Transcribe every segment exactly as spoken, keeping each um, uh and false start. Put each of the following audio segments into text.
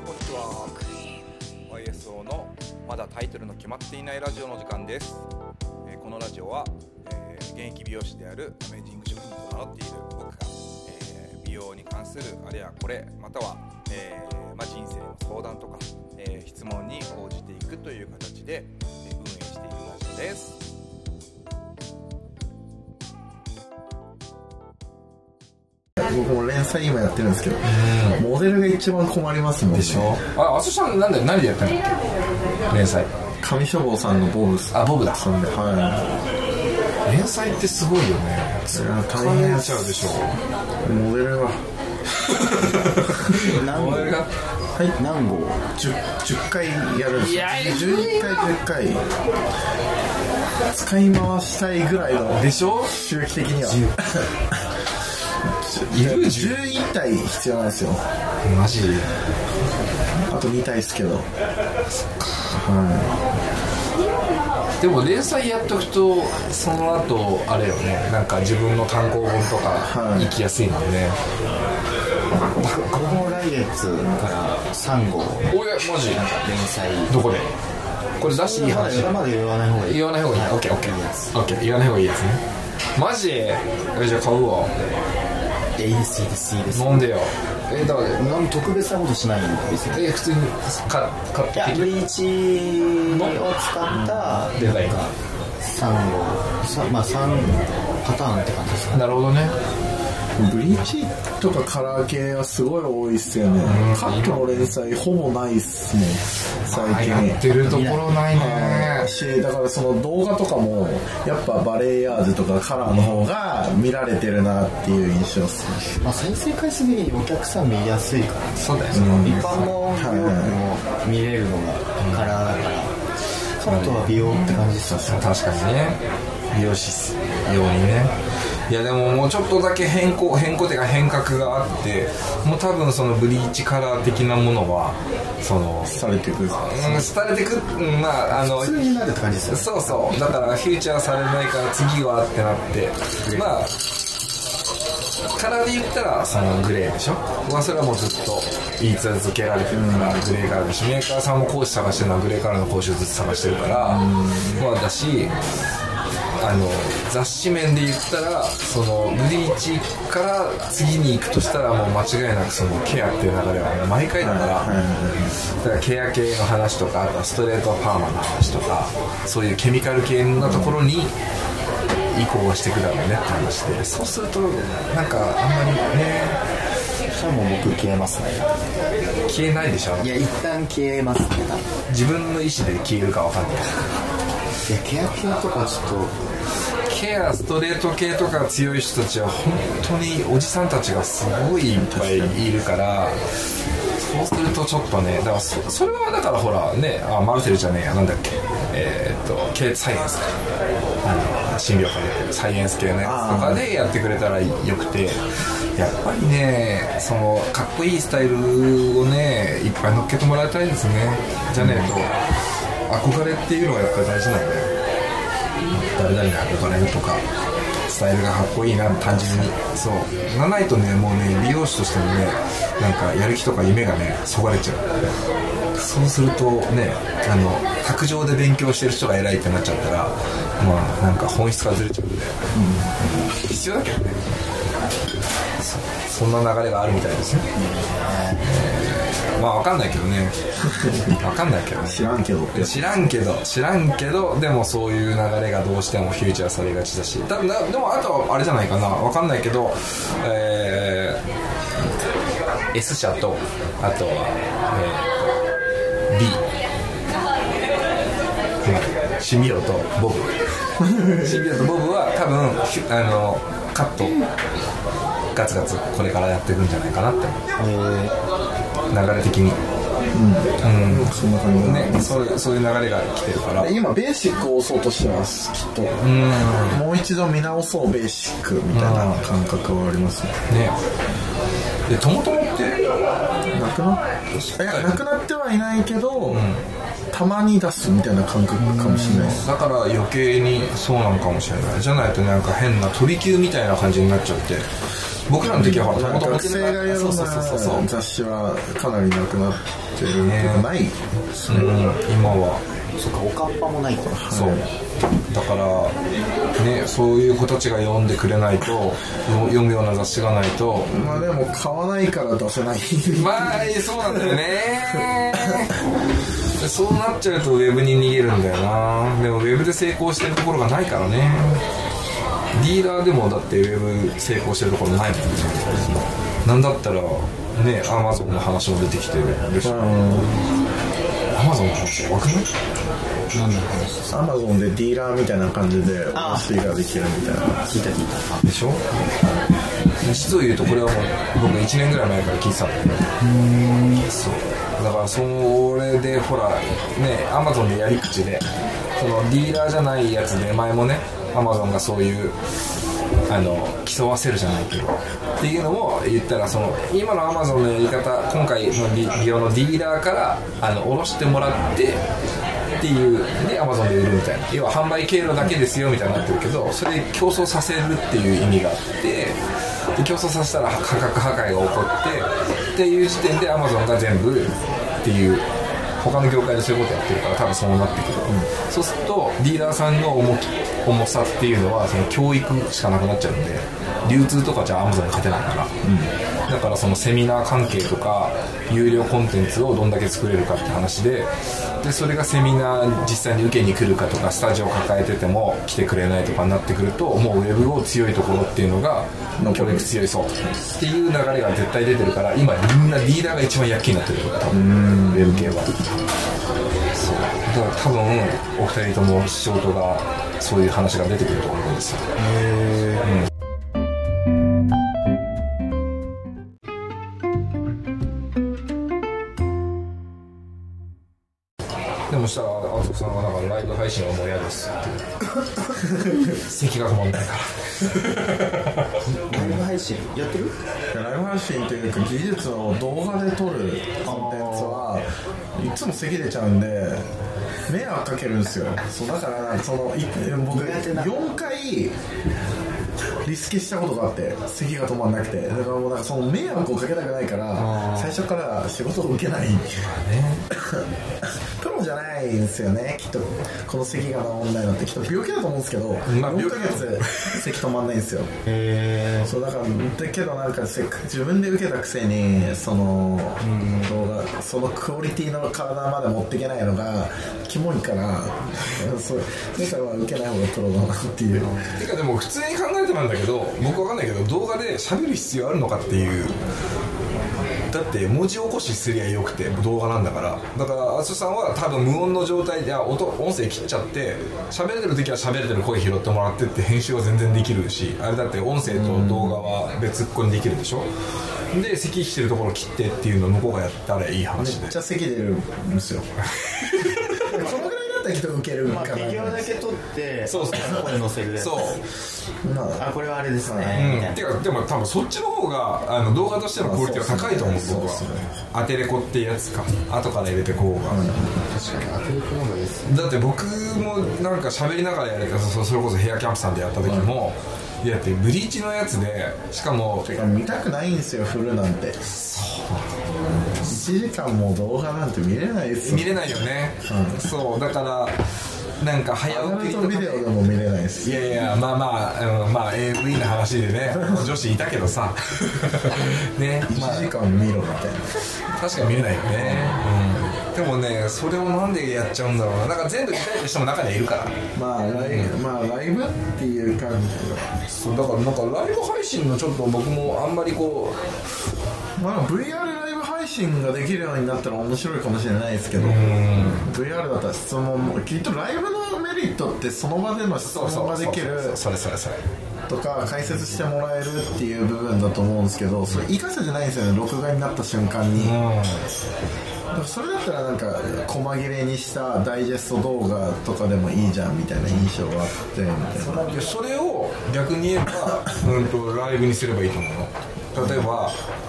こんにちは。 ワイエスオー のまだタイトルの決まっていないラジオの時間です。えー、このラジオは、えー、現役美容師であるアメージング職人と名乗っている僕が、えー、美容に関するあれやこれまたは、えーまあ、人生の相談とか、えー、質問に応じていくという形で、えー、運営しているラジオです。 僕も連載今やってるんですけど、モデルが一番困りますもんね。 でしょ。あ、あそさんなんで何でやったんだっけ？連載。 上書房さんのボブあ、ボブだ。 そんで、はい。連載ってすごいよね。 大変ちゃうでしょ。 モデルは何号がはい何号 10, じゅっかいやるんですよ。じゅういっかいじゅっかい使い回したいぐらいのでしょ。 周期的には。 いるじゅういったい必要なんですよ。 マジ。 あとにたいですけど。 はい。でも連載やっとくとその後あれよね、なんか自分の単行本とか行きやすいもんね。 僕も来月からさんごう。 おやマジ。 なんか連載どこで？これ出していい話？ まだ言わない方がいい。 言わない方がいい。オッケーオッケー。オッケー。言わない方がいいやつね。マジ？えじゃあ買うわ。 いいですいいですいいです。 飲んでよ。えだからなん特別なことしないんですよ。 え普通にか買っていやブリーチを使ったデザインがさんごうさまあさんパターンって感じですか。 なるほどね。 ブリーチとかカラー系はすごい多いっすよね。カットの連載ほぼないっすもん最近。 やってるところないね。 しだからその動画とかもやっぱバレエヤーズとかカラーの方が見られてるなっていう印象っすね。 まあ再生回数的にお客さん見やすいから、ね、 そうだよね、 うん、一般の美容師も見れるのがカラーだから、カラーとは美容って感じですよね。 確かにね。美容師用にね。いやでももうちょっとだけ変更変更っていうか変革があって、もう多分そのブリーチカラー的なものはそのされていく、うん、 廃れていく、まああの普通になるって感じですよね。 そうそう。だからフューチャーされないから次はってなって、まあカラーで言ったらそのグレーでしょ。まあそれはもうずっと言い続けられてるからグレーカラーだし、メーカーさんも講師探してるのはグレーカラーの講師をずっと探してるから、まあだし。あの雑誌面で言ったらそのブリーチから次に行くとしたらもう間違いなくそのケアっていう流れは毎回だから、だからケア系の話とか、あとはストレートパーマの話とか、そういうケミカル系のところに移行していくだろうねって話で、そうするとなんかあんまりね。 それも僕消えますね。 消えないでしょ。 いや一旦消えますね。 自分の意思で消えるかわかんない。 いやケア系とかちょっとケアストレート系とか強い人たちは本当におじさんたちがすごいいっぱいいるから、そうするとちょっとね、だから そ, それはだからほらね、あマルセルじゃねえや、なんだっけ、えー、っとケサイエンスか、あの診療科でやってるサイエンス系のやつとかでやってくれたらよくて、やっぱりね、そのかっこいいスタイルをねいっぱい乗っけてもらいたいですね。じゃねえと憧れっていうのがやっぱり大事なんだよ。誰々に憧れるとかスタイルがかっこいいな、単純にそうなないとね、もうね美容師としてのねなんかやる気とか夢がねそがれちゃう。そうするとね、あの卓上で勉強してる人が偉いってなっちゃったら、まあなんか本質がずれちゃうんで、うん、必要だけどね。 そ, そんな流れがあるみたいですね。えー、まあわかんないけどね。わかんないけどね。 知らんけど知らんけど知らんけどでもそういう流れがどうしてもフューチャーされがちだし、多分でもあとはあれじゃないかな、わかんないけど、えー、S 社とあとは、えー、B シミオとボブシミオとボブは多分あのカットガツガツこれからやっていくんじゃないかなって思う、えー、流れ的に、うんうん、 そんな感じだね。 ね、そういう、そういう流れが来てるから、 今ベーシックを押そうとしてますきっと、うん、もう一度見直そうベーシックみたいな感覚はありますね。 ねでトモトモってなくなっいやなくなってはいないけど、うん、 たまに出すみたいな感覚かもしれないです。 だから余計にそうなのかもしれない。じゃないとなんか変な飛び級みたいな感じになっちゃって、僕らの時はほらなんか学生がやるような雑誌はかなりなくなってるっていうかないですね、 うん、今はそっか、おかっぱもないと。 そうだからね、そういう子たちが読んでくれないと、読むような雑誌がないと、 まあでも買わないから出せないまあそうなんだよねそうなっちゃうとウェブに逃げるんだよな。でもウェブで成功してるところがないからね。ディーラーでもだってウェブ成功してるところないもんね。なんだったらね、アマゾンの話も出てきてるでしょ。アマゾンの話分かんない？ 何の話ですか？ アマゾンでディーラーみたいな感じで推ができるみたいな。 聞いた聞いた。 でしょ。実を言うとこれはもう僕いちねんぐらい前から聞いてたんだけど、そうだからそれでほらね、アマゾンでやり口でそのディーラーじゃないやつで前もね、アマゾンがそういうあの競わせるじゃないけどっていうのも言ったら、その今のアマゾンのやり方、今回の利用のディーラーからあの下ろしてもらってっていうで Amazon で売るみたいな、要は販売経路だけですよみたいになってるけど、それ競争させるっていう意味があって、で競争させたら価格破壊が起こってっていう時点で Amazon が全部っていう、他の業界でそういうことやってるから多分そうなってくる、うん、そうするとディーラーさんの重き重さっていうのはその教育しかなくなっちゃうんで、流通とかじゃ Amazon に勝てないから、うん、だからそのセミナー関係とか有料コンテンツをどんだけ作れるかって話で、でそれがセミナー実際に受けに来るかとか、スタジオ抱えてても来てくれないとかになってくると、もうウェブを強いところっていうのが教育強いそうっていう流れが絶対出てるから、今みんなリーダーが一番躍起になってる多分ウェブ系は。そうだから多分お二人とも仕事がそういう話が出てくると思うんですよ。へー、うんでもしたら青戸さんはなんかライブ配信はもう嫌ですって席が止まんないからライブ配信やってる？ ライブ配信というか技術を動画で撮るコンテンツはいつも席出ちゃうんで迷惑かけるんですよ。そうだからその僕よんかいリスケしたことがあって、席が止まんなくて、だからもうなんかその迷惑をかけたくないから最初から仕事を受けないプロじゃないんですよねきっと。この席が治んないのってきっと病気だと思うんですけど、まあ、よんかげつ席止まんないんですよ。へー。そうだからだけどなんか自分で受けたくせにその動画そのクオリティの体まで持っていけないのがキモいからそうだから受けない方がプロだなっていう。 てかでも普通に考えてなんだけど、僕わかんないけど動画で喋る必要あるのかっていう。だって文字起こしすりゃよくて動画なんだから。だからあつさんは多分無音の状態で音音声切っちゃって喋れてる時は喋れてる声拾ってもらってって編集は全然できるし、あれだって音声と動画は別っ個にできるでしょ。で咳してるところ切ってっていうのを向こうがやったらいい話で。 めっちゃ咳出るんですよそのぐらいだったら人受けるかな。 まあ、ビデオだけ撮ってそうそうそこで載せるやつ。 そう、 まあ、あこれはあれですね、 うん、てかでも多分そっちの方があの動画としてのクオリティは高いと思う、僕は。アテレコっていうやつか、後から入れてこうが、うん、 確かにアテレコの方がいいですね。 だって僕もなんか喋りながらやれた、それこそヘアキャンプさんでやった時も、うん、いやってブリーチのやつでしかもてか見たくないんですよフルなんて。そういちじかんも動画なんて見れないですよ。 見れないよね、うん、そうだからなんか早送りとか、 ビデオでも見れないです。 いやいやまあまあ、うん、まあ エーブイ の話でね女子いたけどさね、 まあ、いちじかん見ろみたいな。 確かに見れないよね、うん、でもねそれをなんでやっちゃうんだろうな。なんか全部見たいとしても中にはいるから、 まあライブ、うん、まあライブっていう感じ。 そうだからなんかライブ配信のちょっと僕もあんまりこうまあ ブイアール ライブ配信ができるようになったら面白いかもしれないですけど、うん、ブイアール だったら質問もきっとライブのメリットってその場での質問ができるそれそれそれとか解説してもらえるっていう部分だと思うんですけど、それ活かせてないんですよね録画になった瞬間に、うん、だからそれだったらなんか細切れにしたダイジェスト動画とかでもいいじゃんみたいな印象があってみたいな。 それを逆に言えば、うん、とライブにすればいいと思うの。例えば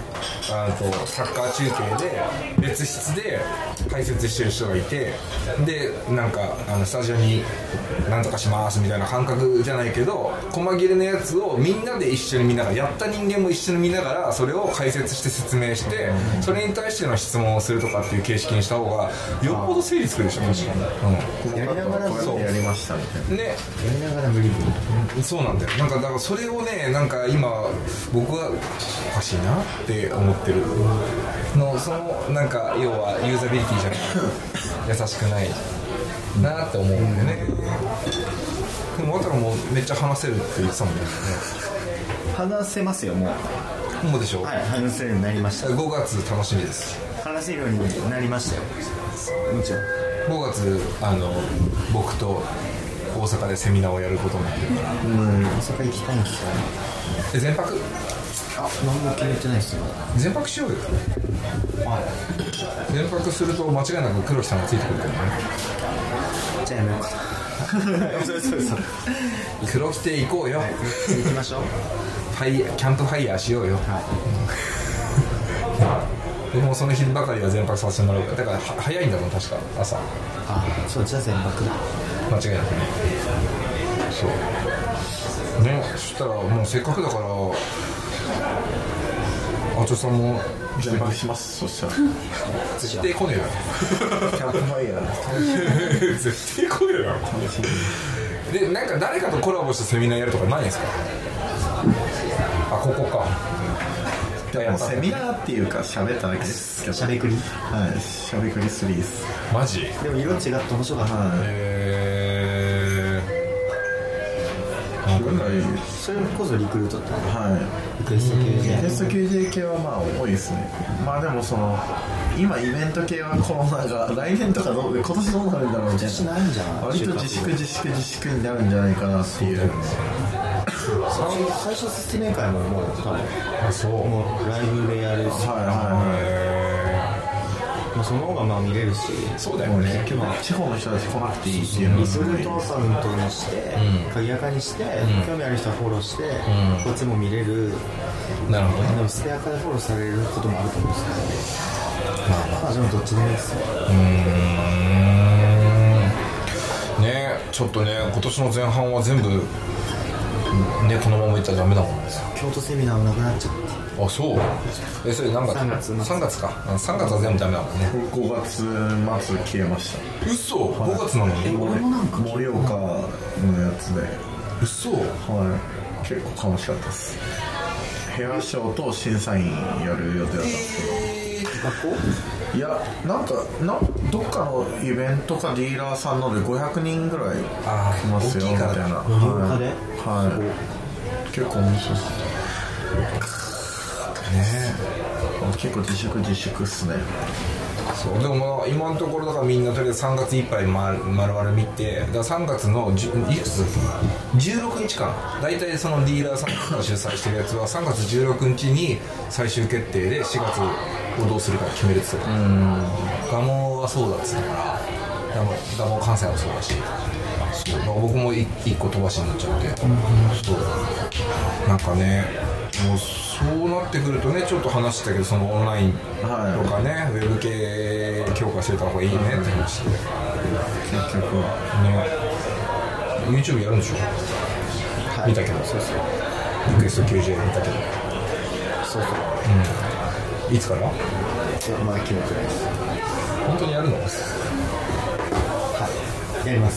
あとサッカー中継で別室で解説してる人がいて、でなんかあのスタジオになんとかしますみたいな感覚じゃないけど、細切れのやつをみんなで一緒に見ながら、やった人間も一緒に見ながらそれを解説して説明して、それに対しての質問をするとかっていう形式にした方がよっぽど整理つくでしょ。確かに、うん、 やりながらそうやりましたみたいなね、 やりながら無理無そうなんだよ。なんかだからそれをね、なんか今僕はおかしいなって思ってるの、そのなんか要はユーザビリティじゃない優しくないなって思うんでね。でも渡るもめっちゃ話せるって言ってたもんね。 話せますよ、もう。 もうでしょ。 はい、話せるようになりました。 ごがつ楽しみです。 話せるようになりましたよ、もちろん。 ごがつあの僕と大阪でセミナーをやることになってるから。 うん、大阪行きたいんですよね。 え、全泊？ あ、何も決めてないっすよ、まだ。 全泊しようよ。 はい。 全泊すると間違いなく黒木さんがついてくるからね。 じゃあやめようかな。そうそうそう。 黒木亭行こうよ。 行きましょう。 ファイキャンプファイヤーしようよ。 はい。 僕もその日ばかりは全泊させてもらうから。だからは早いんだもん、確か朝。 あ、そう、じゃあ全泊だ。 間違いなくね。そうね。そしたらもうせっかくだからあちょさんも全泊します。そしたら絶対来ねえだろ。 キャンプファイヤー絶対来ねえだろ。 楽しみで、なんか誰かとコラボしたセミナーやるとかないんですか？あ、ここか。 でもセミナーっていうか喋っただけですけど、 しゃべくり。 はい、しゃべくりスリーです。 マジ？ でも色違って面白かった。 はい、 へー。なんかね、 それこそリクルートってのははいリクエスト キュージェーリクエスト キュージェー 系はまあ多いですね。まあでもその今イベント系はコロナが来年とかどう今年どうなるんだろうみたいしないんじゃない？ な、割と自粛自粛自粛になるんじゃないかなっていう。 最初説明会ももう多分あ、そう。 もうライブでやるし、 はいはいはいもうその方がまあ見れるし、 そうだよね。 結局地方の人たち来なくていいっていうのリがクルートアカウントにして、 うん鍵垢にして、 うん興味ある人はフォローして、 んこっちも見れる。 なるほどね。 でもステアカでフォローされることもあると思うんですけど、まあまあでもどっちでもいいですよ。 うーんね、ちょっとね、今年の前半は全部ね、このままいったらダメだもんね。 京都セミナーもなくなっちゃって。 あ、そう。え、それ何月？ さんがつ末さんがつか。さんがつは全部ダメだもんね。 ごがつ末消えました。 嘘。ごがつなのに。 俺もなんか盛岡のやつで、 嘘。 はい、結構楽しかったです。ヘアショーと審査員やる予定だったんですけど、 学校？ いや、なんかなどっかのイベントかディーラーさんのでごひゃくにんぐらいあー来ますよ大きいからみたいな。 盛岡ではい、はい、結構面白いですね。 結構自粛自粛っすね。 そうでもまあ今のところだからみんなとりあえずさんがついっぱいまるまる見て、だからさんがつのじゅいくつじゅうろくにちかな、大体そのディーラーさんが主催してるやつはさんがつじゅうろくにちに最終決定でしがつをどうするか決めるって言ってた。ガモはそうだっつったからガモ、ガモ関西はそうだし、そうだから僕もいいっこ飛ばしになっちゃって、そうなんかね、もうそうなってくるとね、ちょっと話したけど、そのオンラインとかね、はい、ウェブ系強化してた方がいいねって話で、 結局ね、YouTube やるんでしょ、はい、見たけど、そうそう、リクエスト キュージェー 見たけど、 そうそう、 うん、いつから？いや、 まだ決めてないです。 本当にやるの？はい、 やります。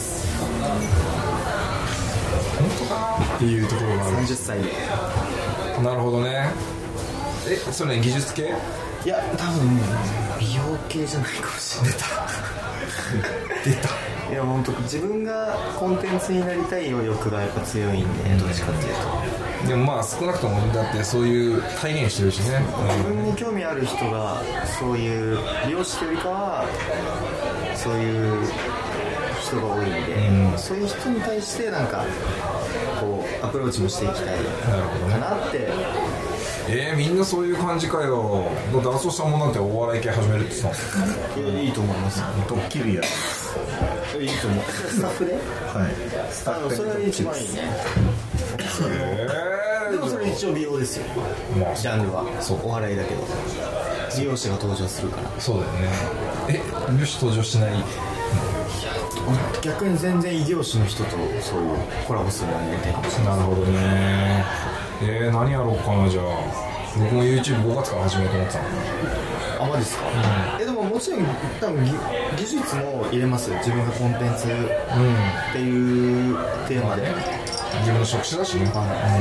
本当かなっていうところがある。 さんじゅっさいで。 なるほどね。え、それ、ね、技術系？ いや、多分美容系じゃないかもしれない。 出たいや、本当自分がコンテンツになりたい欲がやっぱ強いんで、どっちかっていうと。 でもまあ少なくともだってそういう体現してるしね、 自分に興味ある人がそういう美容師というよりかはそういう人が多いんで、うん、そういう人に対してなんかこうアプローチもしていきたいかなって。 えー、みんなそういう感じかよ。だって麻生さんもなんてお笑い系始めるって言ってたもん。いいと思います。 ドッキリやいいと思う。スタッフで？ はい。 スタッフで。それが一番いいね。 えライドでもそれ一応美容ですよ、 まあジャンルはそうお笑いだけど美容師が登場するからそうだよね。え美容師登場しない？ 逆に全然異業種の人とそういうコラボするのはやりたいかもしれない。 なるほどね。えー、何やろうかな。じゃあ僕も ユーチューブごがつから始めようと思ってたの。 あ、マジですか、うん、えでももちろん多分技術も入れますよ。自分がコンテンツっていうテーマで、うん、 自分の職種だしね、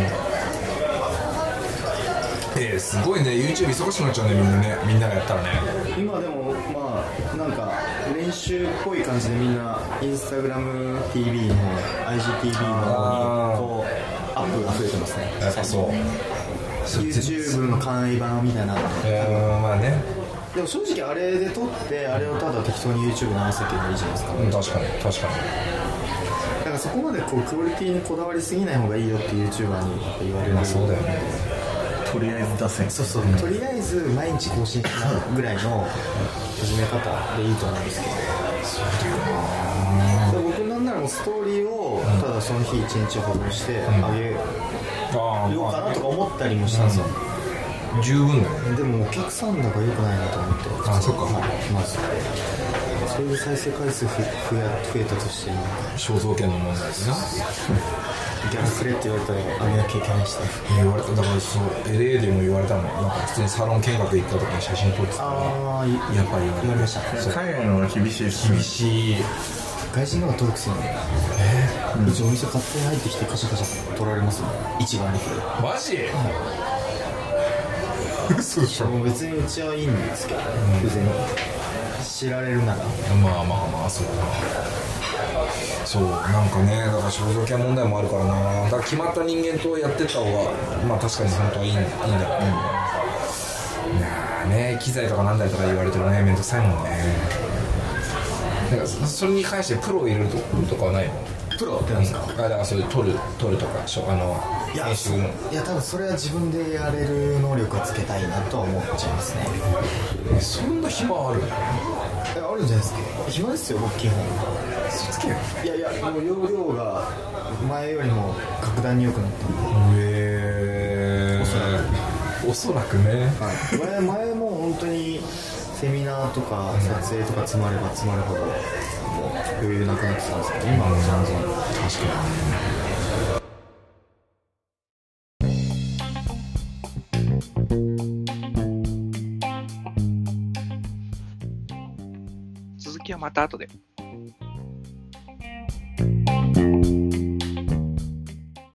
うん、えー、すごいね。 ユーチューブ 忙しくなっちゃうね、みんなね。みんながやったらね。 今でもまあなんか練習っぽい感じでみんなインスタグラム ティーブイ の アイジーティーブイ の方にこうアップが増えてますね。 やっぱそう YouTube の簡易版みたいな、 えー、まあね。 でも正直あれで撮ってあれをただ適当に YouTube に合わせてもいいじゃないですか、 うん、確かに確かに。 だからそこまでこうクオリティにこだわりすぎない方がいいよって YouTuber に言われる。 まあそうだよね。 とりあえず出せ。 そうそう、うん、とりあえず毎日更新しなぐらいの始め方でいいと思うんですけど、そう僕なんならもうストーリーをただその日一日保存してあげようかなとか思ったりもしたんですよ、 うん、十分だよね。 でもお客さんだから良くないなと思って。 あ、そっか、 まずそういう再生回数増えたとして肖像権の問題ですね。 ギャラくれって言われたらあげなきゃいけないしね。 言われた。だからそう エルエー でも言われたの。なんか普通にサロン見学行った時に写真撮ってたから、 ああやっぱり言われました。 海外の方が厳しいです。 厳しい。 外人の方が登録するの。えー、うちお店勝手に入ってきてカシャカシャ取られますもん、一番に。 マジ？ 嘘でしょ。別にうちはいいんですけど、うん、別に知られるなら。 まあまあまあそうだな。そうなんかね、だから肖像権問題もあるからな。だから決まった人間とやってった方がまあ確かに本当はいいんだいいんだろうね。いやね、機材とかなんだりとか言われてるね、めんどくさいもんね。だからそれに関してプロを入れるとかはないの？ プロってなんですか？ あ、だからそういう撮る撮るとかあのいや、いや多分それは自分でやれる能力をつけたいなとは思っちゃいますね。 え、そんな暇ある？ え、あるんじゃないですか。暇ですよ僕基本。 そつけよ。 いやいや、もう容量が前よりも格段に良くなったんで。 へー、おそらくね、 はい、前, 前も本当にセミナーとか撮影とか詰まれば詰まるほどもう余裕なくなってたんですけど、今は全然。確かに。続きはまた後で。